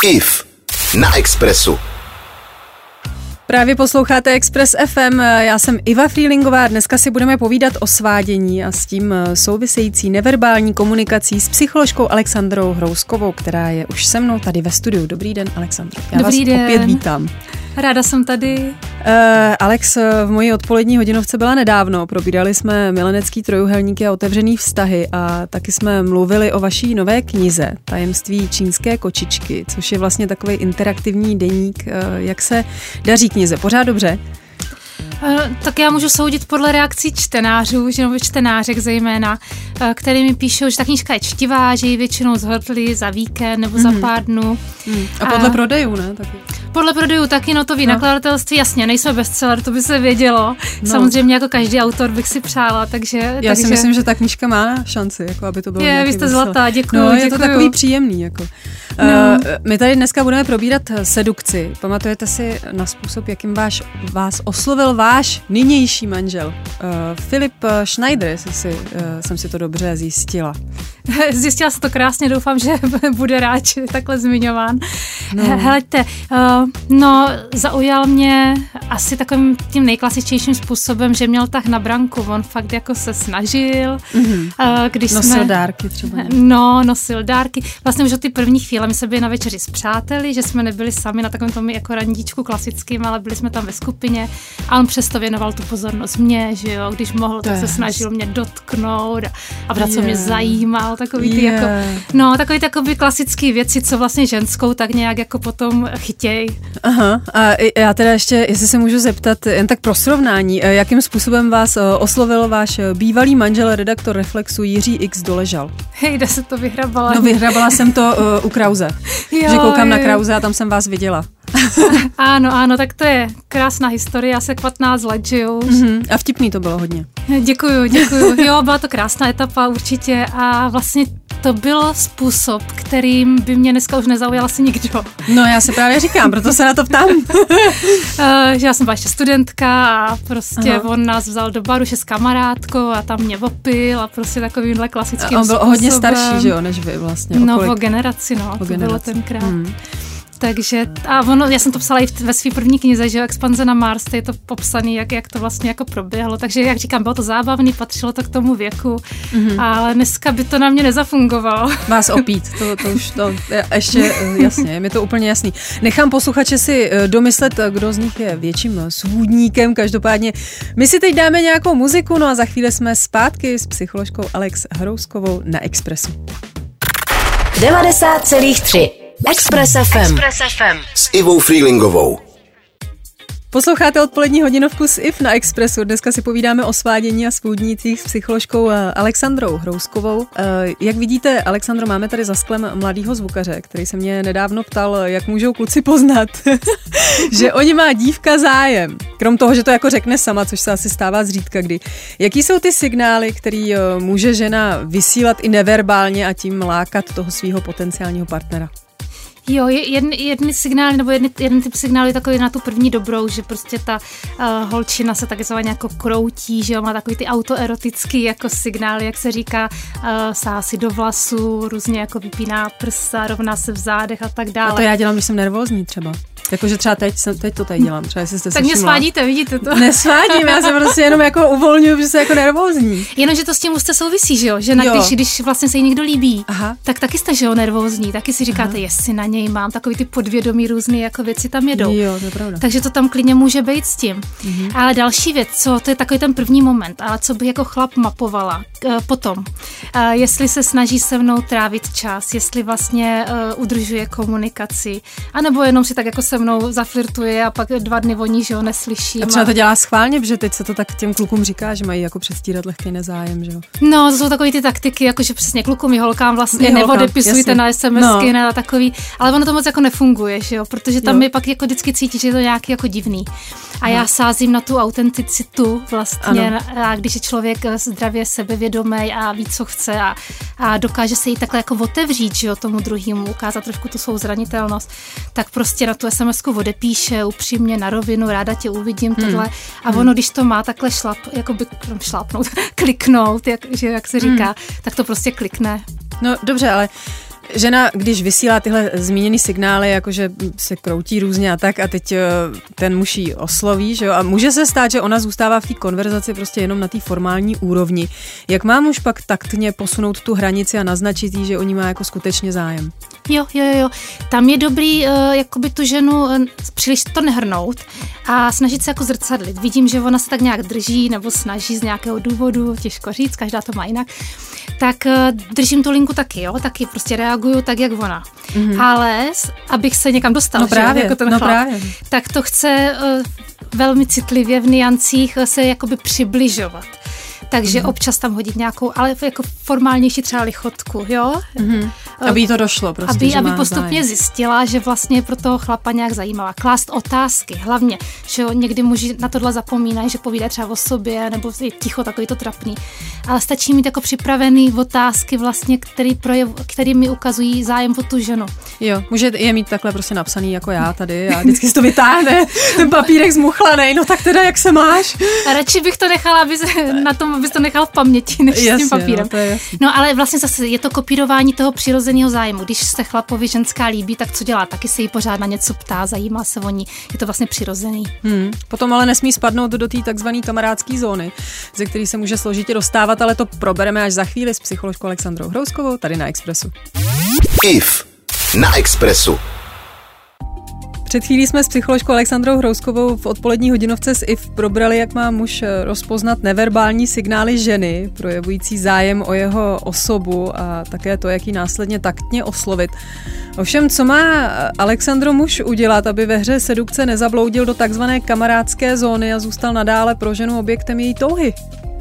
IF na Expressu. Právě posloucháte Express FM, já jsem Iva Frýlingová, dneska si budeme povídat o svádění a s tím související neverbální komunikací s psycholožkou Alexandrou Hrouskovou, která je už se mnou tady ve studiu. Dobrý den, Alexandro. Já Dobrý vás den. Opět vítám. Ráda jsem tady. Alex v mojí odpolední hodinovce byla nedávno, probírali jsme milenecký trojuhelníky a otevřený vztahy a taky jsme mluvili o vaší nové knize Tajemství čínské kočičky, což je vlastně takový interaktivní deník. Jak se daří knize? Pořád dobře? Tak já můžu soudit podle reakcí čtenářů, že nebo čtenářek zejména, který mi píšou, že ta knížka je čtivá, že ji většinou zhodli za víkend nebo za pár dnů. A podle prodejů, ne? Taky. Podle prodejů taky, no to ví, nakladatelství, jasně, nejsme bestseller, to by se vědělo. No. Samozřejmě jako každý autor bych si přála, takže... Já si myslím, že ta knížka má šanci, jako aby to bylo nějaký vy jste bestseller. Zlatá, děkuju, No, je děkuju. to takový příjemný, jako. No. My tady dneska budeme probírat sedukci. Pamatujete si na způsob, jakým vás oslovil váš nynější manžel? Filip Schneider, jestli jsem si to dobře zjistila. Zjistila se to krásně, doufám, že bude rád, že je takhle zmiňován. No. Heleďte, zaujal mě asi takovým tím nejklasičnějším způsobem, že měl tah na branku, on fakt jako se snažil. Když Nosil dárky třeba. No, nosil dárky. Vlastně už od ty první chvíle my jsme byli na večeři s přáteli, že jsme nebyli sami na takovém tom jako randíčku klasickým, ale byli jsme tam ve skupině a on přesto věnoval tu pozornost mě, že jo, když mohl, tak se snažil mě dotknout a vrat, co mě zajímal, takový ty jako, no, takový ty jakoby klasický věci, co vlastně ženskou tak nějak jako potom chytěj. Aha, a já teda ještě, jestli se můžu zeptat, jen tak pro srovnání, jakým způsobem vás oslovil váš bývalý manžel, redaktor Reflexu Jiří X. Doležal? Hej, kde se to vyhrabala? No, vyhrabala jsem to u Krause, že koukám na Krause a tam jsem vás viděla. Ano, tak to je krásná historie, asi 15 let žiju. A vtipný to bylo hodně. Děkuju. Jo, byla to krásná etapa určitě a vlastně to byl způsob, kterým by mě dneska už nezaujal asi nikdo. No, já se právě říkám, proto se na to ptám. Že já jsem byla ještě studentka a prostě on nás vzal do baru s kamarádkou a tam mě opil a prostě takovýmhle klasickým způsobem. On byl hodně starší, že jo, než vy vlastně. No, o generaci, to bylo tenkrát. Takže, já jsem to psala i ve své první knize, že jo, Expanze na Mars, je to popsaný, jak to vlastně jako proběhlo, takže jak říkám, bylo to zábavný, patřilo to k tomu věku, ale dneska by to na mě nezafungovalo. Vás opít, to už ještě jasně, je mi to úplně jasný. Nechám posluchače si domyslet, kdo z nich je větším svůdníkem, každopádně my si teď dáme nějakou muziku, no a za chvíli jsme zpátky s psycholožkou Alex Hrouskovou na Expressu. 90,3 Express FM. S Ivou Frýlingovou. Posloucháte odpolední hodinovku s IF na Expressu. Dneska si povídáme o svádění a svůdnících s psycholožkou Alexandrou Hrouskovou. Jak vidíte, Alexandro, máme tady za sklem mladýho zvukaře, který se mě nedávno ptal, jak můžou kluci poznat, že o ně má dívka zájem. Krom toho, že to jako řekne sama, což se asi stává zřídka kdy. Jaký jsou ty signály, který může žena vysílat i neverbálně a tím lákat toho svého potenciálního partnera? Jo, jedny signály, nebo jeden typ signálu je takový na tu první dobrou, že prostě ta holčina se takzvaně jako kroutí, že jo, má takový ty autoerotický jako signály, jak se říká, sahá si do vlasů, různě jako vypíná prsa, rovná se v zádech a tak dále. A to já dělám, když jsem nervózní třeba. Jakože třeba teď to tady dělám, třeba jestli jste se tak mě svádíte, vidíte to? Nesvádím, já se prostě jenom jako uvolňuju, že jsem jako nervózní. Jenomže to s tím úzce souvisí, že jo? Že když vlastně se jí někdo líbí, tak taky jste, že jo, nervózní, taky si říkáte, jestli na něj mám, takový ty podvědomí různý jako věci tam jedou. Jo, to je pravda. Takže to tam klidně může být s tím. Ale další věc, to je takový ten první moment, ale co bych jako chlap mapovala potom, jestli se snaží se mnou trávit čas, jestli vlastně udržuje komunikaci, anebo jenom si tak jako se mnou zaflirtuje a pak 2 dny o ní, že ho neslyším. A třeba to dělá schválně, protože teď se to tak těm klukům říká, že mají jako předstírat lehký nezájem, že jo? No, to jsou takový ty taktiky, jakože přesně klukům i holkám vlastně neodepisujte na SMSky, na takový, ale ono to moc jako nefunguje, že jo, protože tam je pak jako vždycky cítí, že je to nějaký jako divný. A já sázím na tu autenticitu vlastně, a když je člověk zdravě sebevědomý a ví, co chce a dokáže se jí takhle jako otevřít, že jo, tomu druhému, ukázat trošku tu svou zranitelnost, tak prostě na tu SMSku odepíše upřímně na rovinu, ráda tě uvidím, tohle. A ono, když to má takhle kliknout, jak se říká, tak to prostě klikne. No dobře, ale žena, když vysílá tyhle zmíněný signály, jakože se kroutí různě a tak a teď ten muž jí osloví, že jo, a může se stát, že ona zůstává v té konverzaci prostě jenom na té formální úrovni. Jak má muž pak taktně posunout tu hranici a naznačit jí, že o ní má jako skutečně zájem? Jo. Tam je dobrý jakoby tu ženu příliš to nehrnout a snažit se jako zrcadlit. Vidím, že ona se tak nějak drží nebo snaží z nějakého důvodu, těžko říct, každá to má jinak. Tak držím tu linku taky, jo, taky prostě reaguju tak, jak ona. Ale abych se někam dostal, právě, jako ten chlap, právě. Tak to chce velmi citlivě v niancích se jakoby přibližovat. Takže občas tam hodit nějakou, ale jako formálnější třeba lichotku, jo? Aby jí to došlo prostě, aby postupně zjistila, že vlastně je pro toho chlapa nějak zajímavá. Klást otázky, hlavně, že jo, někdy muži na tohle zapomínají, že povídají třeba o sobě, nebo je ticho, takový to trapný. Ale stačí mít jako připravený otázky vlastně, který mi ukazují zájem o tu ženu. Jo, může je mít takhle prostě napsaný jako já tady a vždycky si to vytáhne, ten papírek zmuchlanej, no tak teda jak se máš? A radši bych to nechala, abys to nechal v paměti, než s tím papírem. No ale vlastně zase je to kopírování toho přirozeného zájmu. Když se chlapovi ženská líbí, tak co dělá? Taky se jí pořád na něco ptá, zajímá se o ní. Je to vlastně přirozený. Potom ale nesmí spadnout do té takzvané kamarádské zóny, ze které se může složitě dostávat, ale to probereme až za chvíli s psycholožkou Alexandrou Hrouskovou tady na Expressu. IF na Expressu. Před chvílí jsme s psycholožkou Alexandrou Hrouskovou v odpolední hodinovce s IF probrali, jak má muž rozpoznat neverbální signály ženy, projevující zájem o jeho osobu a také to, jak ji následně taktně oslovit. Ovšem, co má Alexandro muž udělat, aby ve hře sedukce nezabloudil do takzvané kamarádské zóny a zůstal nadále pro ženu objektem její touhy?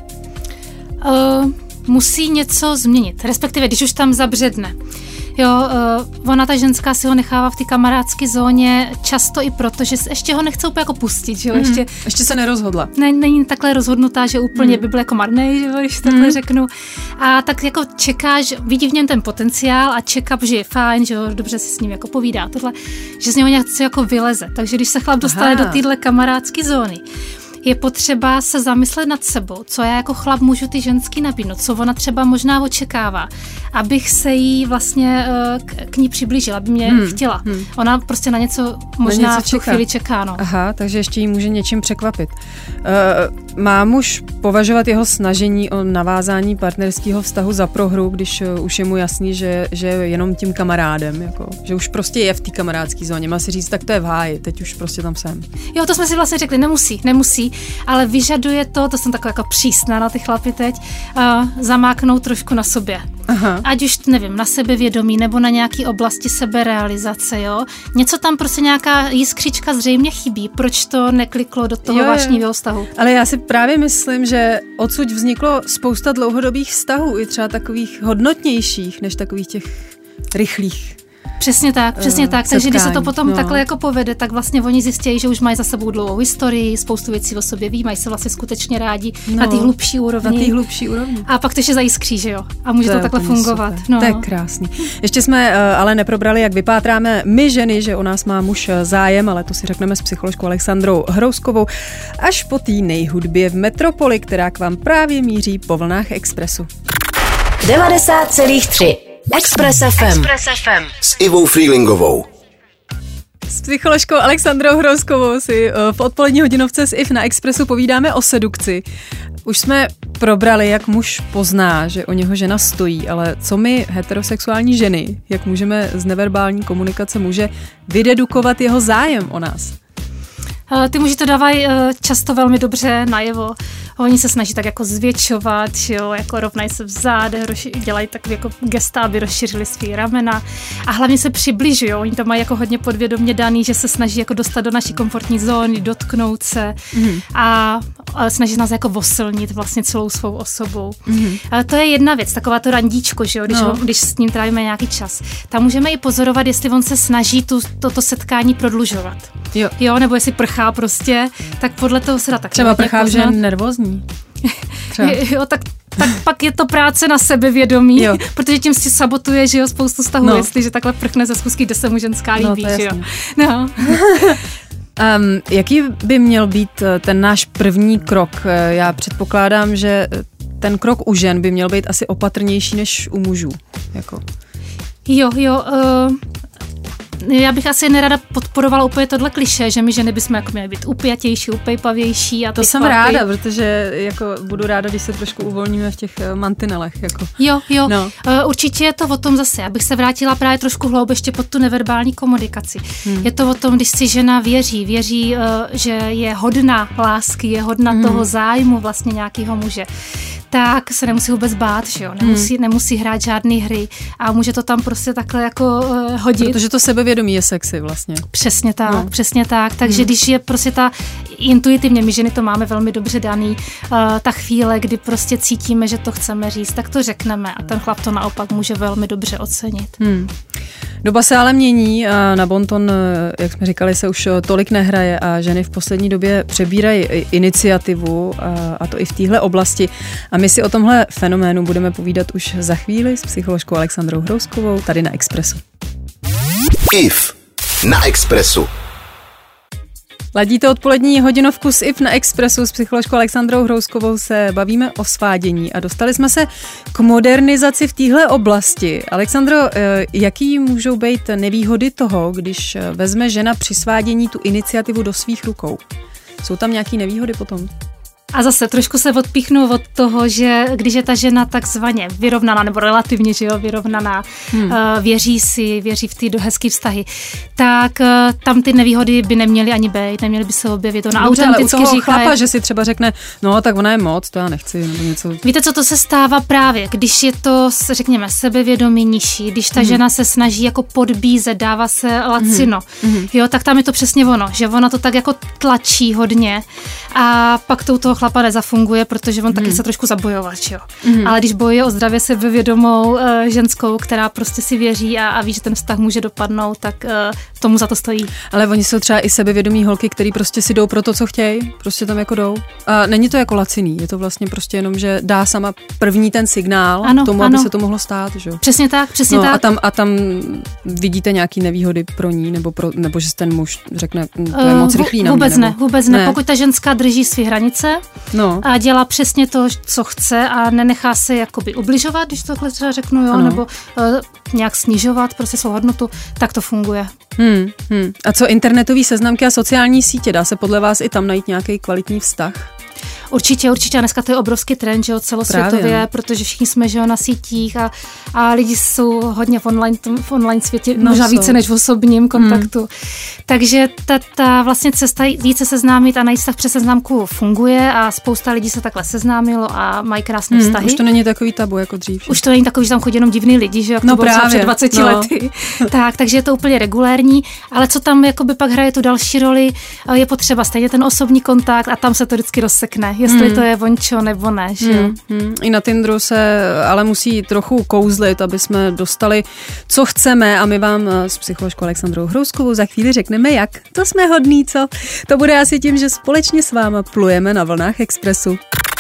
Musí něco změnit, respektive když už tam zabředne. Jo, ona ta ženská si ho nechává v té kamarádské zóně často i proto, že ještě ho nechce úplně jako pustit, že jo, ještě se nerozhodla. Není takhle rozhodnutá, že úplně by byl jako marnej, že jo, když takhle řeknu. A tak jako čekáš, vidí v něm ten potenciál a čeká, že je fajn, že jo, dobře si s ním jako povídá tohle, že z něho něco jako vyleze. Takže když se chlap dostane do téhle kamarádské zóny, je potřeba se zamyslet nad sebou, co já jako chlap můžu ty ženský nabídnout, co ona třeba možná očekává, abych se jí vlastně k ní přiblížila, aby mě chtěla. Ona prostě na něco možná v tu chvíli čeká. No. Aha, takže ještě jí může něčím překvapit. Má muž považovat jeho snažení o navázání partnerského vztahu za prohru, když už je mu jasný, že je jenom tím kamarádem, jako, že už prostě je v té kamarádské zóně. Má si říct, tak to je v háji, teď už prostě tam jsem. Jo, to jsme si vlastně řekli, nemusí, ale vyžaduje to jsem taková jako přísná na ty chlapy teď, zamáknout trošku na sobě. Aha. Ať už, nevím, na sebevědomí nebo na nějaký oblasti seberealizace, jo. Něco tam prostě nějaká jiskřička zřejmě chybí, proč to nekliklo do toho vášnivého vztahu. Ale já si právě myslím, že odsud vzniklo spousta dlouhodobých vztahů, i třeba takových hodnotnějších, než takových těch rychlých. Přesně tak. Takže když se to potom takhle jako povede, tak vlastně oni zjistějí, že už mají za sebou dlouhou historii, spoustu věcí o sobě ví, mají se vlastně skutečně rádi na té hlubší úrovni. A pak to ještě zajiskří, že jo? A může to takhle fungovat. No. To je krásný. Ještě jsme ale neprobrali, jak vypátráme my ženy, že o nás má muž zájem, ale to si řekneme s psycholožkou Alexandrou Hrouskovou až po té nejhudbě v Metropoli, která k vám právě míří po vlnách Expressu. 90,3 Express FM. S Ivou Freelingovou. S psycholožkou Alexandrou Hrouskovou si v odpolední hodinovce s IF na Expressu povídáme o sedukci. Už jsme probrali, jak muž pozná, že o něho žena stojí, ale co my, heterosexuální ženy, jak můžeme z neverbální komunikace muže vydedukovat jeho zájem o nás? Ty muži to dávají často velmi dobře najevo. Oni se snaží tak jako zvětšovat, jo, jako rovnají se v zádech, dělají takové jako gesta, aby rozšířili svý ramena a hlavně se přibližují. Oni to mají jako hodně podvědomě daný, že se snaží jako dostat do naší komfortní zóny, dotknout se a snaží nás jako osilnit vlastně celou svou osobou. To je jedna věc, taková to randíčko, že jo, když s ním trávíme nějaký čas. Tam můžeme i pozorovat, jestli on se snaží toto setkání prodlužovat. Jo, nebo jestli prchá prostě, tak podle toho se dá tak. Třeba prchá, že je nervózní. Jo, tak pak je to práce na sebevědomí, protože tím si sabotuje, že jo, spoustu vztahů, jestliže takhle prchne ze schůzky, kde se mu ženská líbí, že jo. No. Jaký by měl být ten náš první krok? Já předpokládám, že ten krok u žen by měl být asi opatrnější než u mužů. Jako. Jo, já bych asi nerada podporovala úplně tohle klišé, že my ženy bychom jako měly být upjatější, upejpavější. A to jsem ráda, protože jako budu ráda, když se trošku uvolníme v těch mantinelech. Jako. Jo. No. Určitě je to o tom zase, abych se vrátila právě trošku hloub ještě pod tu neverbální komunikaci. Je to o tom, když si žena věří, že je hodna lásky, je hodna toho zájmu vlastně nějakého muže, tak se nemusí vůbec bát, že jo? Nemusí hrát žádný hry a může to tam prostě takhle jako hodit. Protože to sebevědomí je sexy vlastně. Přesně tak. Takže když je prostě ta intuitivně, my ženy to máme velmi dobře daný, ta chvíle, kdy prostě cítíme, že to chceme říct, tak to řekneme a ten chlap to naopak může velmi dobře ocenit. Doba se ale mění a na bonton, jak jsme říkali, se už tolik nehraje a ženy v poslední době přebírají iniciativu a to i v téhle oblasti. A my si o tomhle fenoménu budeme povídat už za chvíli s psycholožkou Alexandrou Hrouskovou tady na Expressu. IF na Expressu. Ladíte odpolední hodinovku s IF na Expressu. S psycholožkou Alexandrou Hrouskovou se bavíme o svádění a dostali jsme se k modernizaci v téhle oblasti. Alexandro, jaký můžou být nevýhody toho, když vezme žena při svádění tu iniciativu do svých rukou? Jsou tam nějaký nevýhody potom? A zase trošku se odpíchnu od toho, že když je ta žena takzvaně vyrovnaná, nebo relativně, že jo, vyrovnaná, věří v ty hezký vztahy, tak tam ty nevýhody by neměly ani být, neměly by se objevit. Ona autenticky ale u toho chlapa, že si třeba řekne, no tak ona je moc, to já nechci, nebo něco. Víte, co to se stává právě, když je to, řekněme, sebevědomí nižší, když ta žena se snaží jako podbízet, dává se lacino, jo, tak tam je to přesně ono, že ona to tak jako tlačí hodně a pak to u toho chlapa nezafunguje, protože on taky se trošku zabojovat, jo. Ale když bojuje o zdravě sebevědomou ženskou, která prostě si věří a ví, že ten vztah může dopadnout, tak tomu za to stojí. Ale oni jsou třeba i sebevědomí holky, který prostě si jdou pro to, co chtějí, prostě tam jako jdou. A není to jako laciný, je to vlastně prostě jenom, že dá sama první ten signál k tomu, aby se to mohlo stát, že jo. Přesně tak. A tam vidíte nějaký nevýhody pro ní, nebo že ten muž řekne, to je moc rychlý na mě, vůbec ne. Pokud ta ženská drží své hranice a dělá přesně to, co chce a nenechá se jakoby ubližovat, když to takhle třeba řeknu, jo, nebo nějak snižovat prostě svou hodnotu, tak to funguje. A co internetové seznamky a sociální sítě? Dá se podle vás i tam najít nějaký kvalitní vztah? Určitě. A dneska to je obrovský trend, že jo, celosvětově, právě, protože všichni jsme, že jo, na sítích a lidi jsou hodně v online světě, možná více než v osobním kontaktu. Takže ta vlastně cesta více seznámit a najít vztah přes seznamku funguje a spousta lidí se takhle seznámilo a mají krásné vztahy. Už to není takový tabu jako dřív. Už to není takový, že tam chodí jenom divný lidi, že jak to bylo před 20 lety. Takže je to úplně regulérní, ale co tam jakoby pak hraje tu další roli, je potřeba stejně ten osobní kontakt a tam se to vždycky rozsekne. Jestli to je vončo nebo ne, že jo. I na Tinderu se ale musí trochu kouzlit, aby jsme dostali, co chceme a my vám s psycholožkou Alexandrou Hrouskovou za chvíli řekneme, jak. To jsme hodný, co? To bude asi tím, že společně s váma plujeme na vlnách Expressu.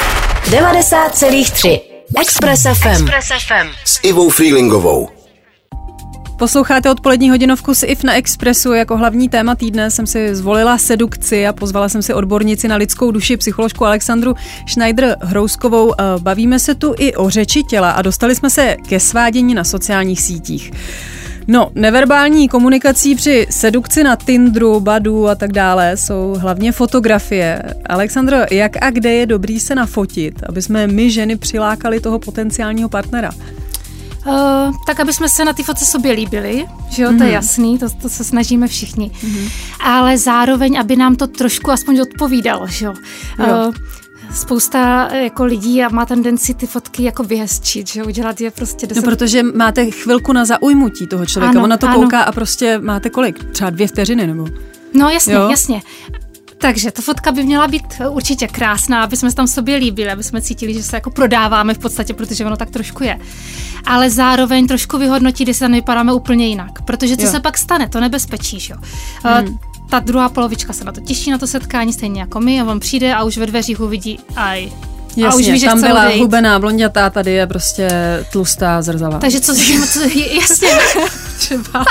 90,3 Express FM. S Ivou Freelingovou. Posloucháte odpolední hodinovku s IF na Expressu. Jako hlavní téma týdne jsem si zvolila sedukci a pozvala jsem si odbornici na lidskou duši, psycholožku Alexandru Schneider-Hrouskovou. Bavíme se tu i o řeči těla a dostali jsme se ke svádění na sociálních sítích. No, neverbální komunikací při sedukci na Tinderu, Badu a tak dále jsou hlavně fotografie. Alexandro, jak a kde je dobrý se nafotit, aby jsme my ženy přilákali toho potenciálního partnera? Tak, aby jsme se na ty fotce sobě líbili, že jo, to je jasný, to se snažíme všichni. Ale zároveň, aby nám to trošku aspoň odpovídalo, že jo. Spousta jako lidí a má tendenci ty fotky jako vyhezčit, že udělat je prostě 10... No, protože máte chvilku na zaujmutí toho člověka, on na to kouká a prostě máte kolik? Třeba 2 vteřiny nebo? No jasně. Takže ta fotka by měla být určitě krásná, aby jsme se tam sobě líbili, aby jsme cítili, že se jako prodáváme v podstatě, protože ono tak trošku je. Ale zároveň trošku vyhodnotit, jestli tam vypadáme úplně jinak. Protože co se pak stane, to nebezpečí, že jo. Ta druhá polovička se na to těší, na to setkání, stejně jako my, a on přijde a už ve dveřích uvidí Jasně, a už ví, že tam byla hubená blondětá, tady je prostě tlustá, zrzavá. Takže co si jasně. Třeba.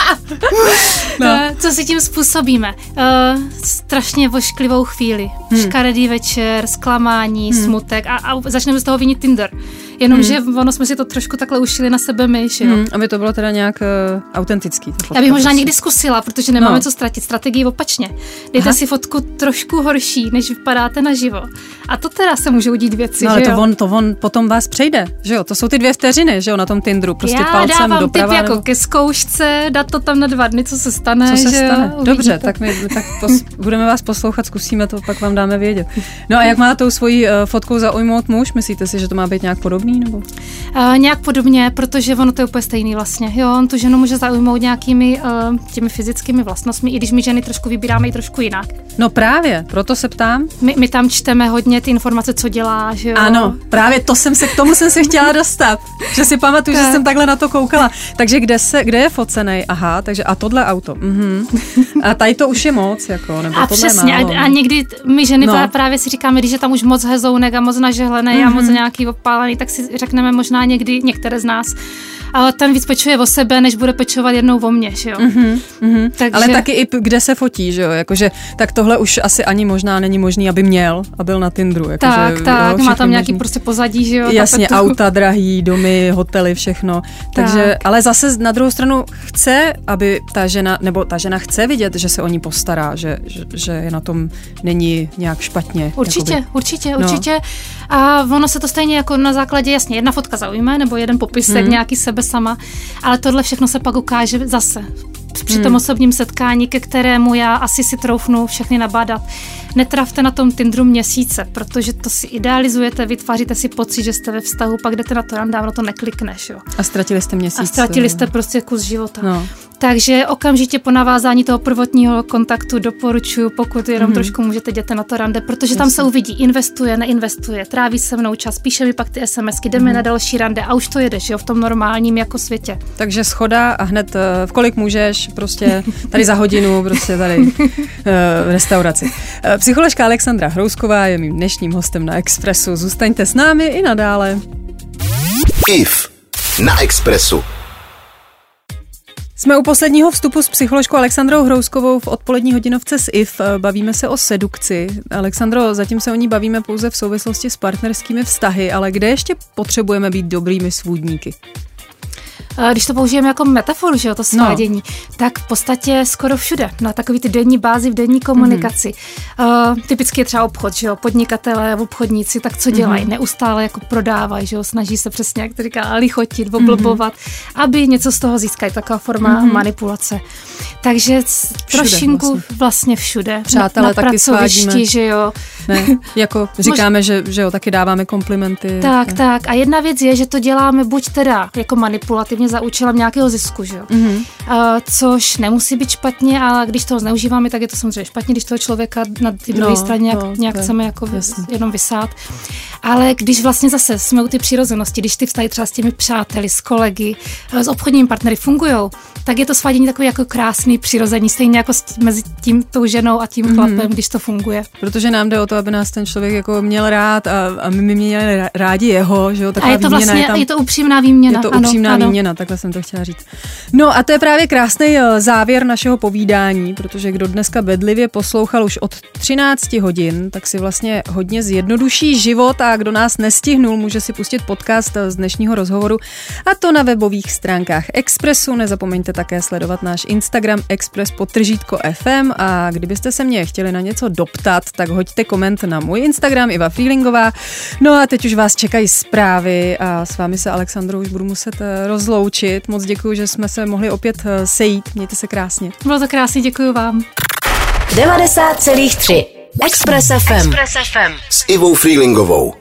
Co si tím způsobíme? Strašně vošklivou chvíli. Škaredý večer, zklamání, smutek a začneme z toho vinit Tinder. Jenomže ono jsme si to trošku takhle ušili na sebe my, že jo. Aby to bylo teda nějak autentický. Já bych možná někdy zkusila, protože nemáme co ztratit. Strategii opačně. Dejte si fotku trošku horší, než vypadáte naživo. A to teda se můžou dít věci, ale že jo. to on potom vás přejde, že jo. To jsou ty 2 vteřiny, že jo, na tom Tinderu. Prostě já palcem dávám doprava. tip jako ke zkoušce, dát to tam na 2 dny, co se stane. Co se že stane? Jo, dobře, tak budeme vás poslouchat, zkusíme to, pak vám dáme vědět. No a jak má tou svojí fotkou zaujmout muž? Myslíte si, že to má být nějak podobný? Nebo? Nějak podobně, protože ono to je úplně stejný vlastně. Jo, on tu ženu může zaujmout nějakými těmi fyzickými vlastnostmi, i když my ženy trošku vybíráme i trošku jinak. No právě, proto se ptám. My tam čteme hodně ty informace, co dělá, že jo. Ano, právě k tomu jsem se chtěla dostat. Že si pamatuju, že jsem takhle na to koukala. Takže kde je focenej? Aha, takže a tohle auto. A tady to už je moc, jako, nebo a tohle přesně, málo. A někdy my ženy právě si říkáme, když je tam už moc hezounek a moc nažehlený a moc nějaký opálený, tak si řekneme možná někdy, některé z nás, ale ten víc pečuje o sebe, než bude pečovat jednou o mně, že jo. Takže... Ale taky i kde se fotí, že jo, jakože tak tohle už asi ani možná není možný, aby měl a byl na Tinderu. Jako, tak, jo, má tam nějaký prostě pozadí, že jo. Jasně, auta drahý, domy, hotely, všechno. Takže, ale zase na druhou stranu chce, aby ta žena chce vidět, že se o ní postará, že je na tom není nějak špatně. Určitě. A ono se to stejně jako na základě, jasně, jedna fotka zaujme, nebo jeden popisek nějaký sebe sama, ale tohle všechno se pak ukáže zase při tom osobním setkání, ke kterému já asi si troufnu všechny nabádat. Netrávte na tom Tinderu měsíce, protože to si idealizujete, vytváříte si pocit, že jste ve vztahu, pak jdete na to rande a ono to neklikneš. Jo. A ztratili jste měsíc. A ztratili jste prostě kus života. No. Takže okamžitě po navázání toho prvotního kontaktu doporučuji, pokud jenom trošku můžete, jděte na to rande, protože tam se uvidí, investuje, neinvestuje, tráví se mnou čas, píše mi pak ty SMSky, jdeme na další rande a už to jedeš, jo, v tom normálním jako světě. Takže schoda a hned v kolik můžeš, prostě tady za hodinu, prostě tady v restauraci. Psycholožka Alexandra Hrousková je mým dnešním hostem na Expressu. Zůstaňte s námi i nadále. IF na Expressu. Jsme u posledního vstupu s psycholožkou Alexandrou Hrouskovou v odpolední hodinovce s IF. Bavíme se o sedukci. Alexandro, zatím se o ní bavíme pouze v souvislosti s partnerskými vztahy, ale kde ještě potřebujeme být dobrými svůdníky? Když to použijeme jako metaforu, že jo, to svádění, tak v podstatě skoro všude, na takový ty denní bázi v denní komunikaci. Typicky je třeba obchod, že jo, podnikatelé, obchodníci, tak co dělají? Neustále jako prodávají, že jo, snaží se přesně, jak to říká, lichotit, oblbovat, aby něco z toho získali, taková forma manipulace. Takže trošinku vlastně všude. Přátelé na taky svádíme. Že jo. Ne, jako říkáme, že jo, taky dáváme komplimenty. Tak. A jedna věc je, že to děláme buď teda jako manipulativně za účelem nějakého zisku, že jo. Což nemusí být špatně, ale když toho zneužíváme, tak je to samozřejmě špatně, když toho člověka na té druhé straně nějak chceme jako jenom vysát. Ale když vlastně zase jsme u ty přirozenosti, když ty vztahy třeba s těmi přáteli, s kolegy, s obchodními partnery fungujou, tak je to svádění takový jako krásný, přirozený, stejně jako mezi tou ženou a tím chlapem, když to funguje. Protože nám jde o to, aby nás ten člověk jako měl rád a my měli rádi jeho, že jo, taková a je to výměna vlastně, je to upřímná výměna. Je to upřímná výměna, takhle jsem to chtěla říct. No a to je právě krásný závěr našeho povídání, protože kdo dneska bedlivě poslouchal už od 13 hodin, tak si vlastně hodně zjednoduší život a kdo nás nestihnul, může si pustit podcast z dnešního rozhovoru a to na webových stránkách Expressu. Nezapomeňte také sledovat náš Instagram Express_FM a kdybyste se mě chtěli na něco doptat, tak hoďte koment na můj Instagram Iva Frýlingová. No a teď už vás čekají zprávy a s vámi se Alexandrou už budu muset rozloučit. Moc děkuji, že jsme se mohli opět sejít. Mějte se krásně. Bylo to krásně, děkuji vám. 90,3 Express FM. S Ivou Frýlingovou.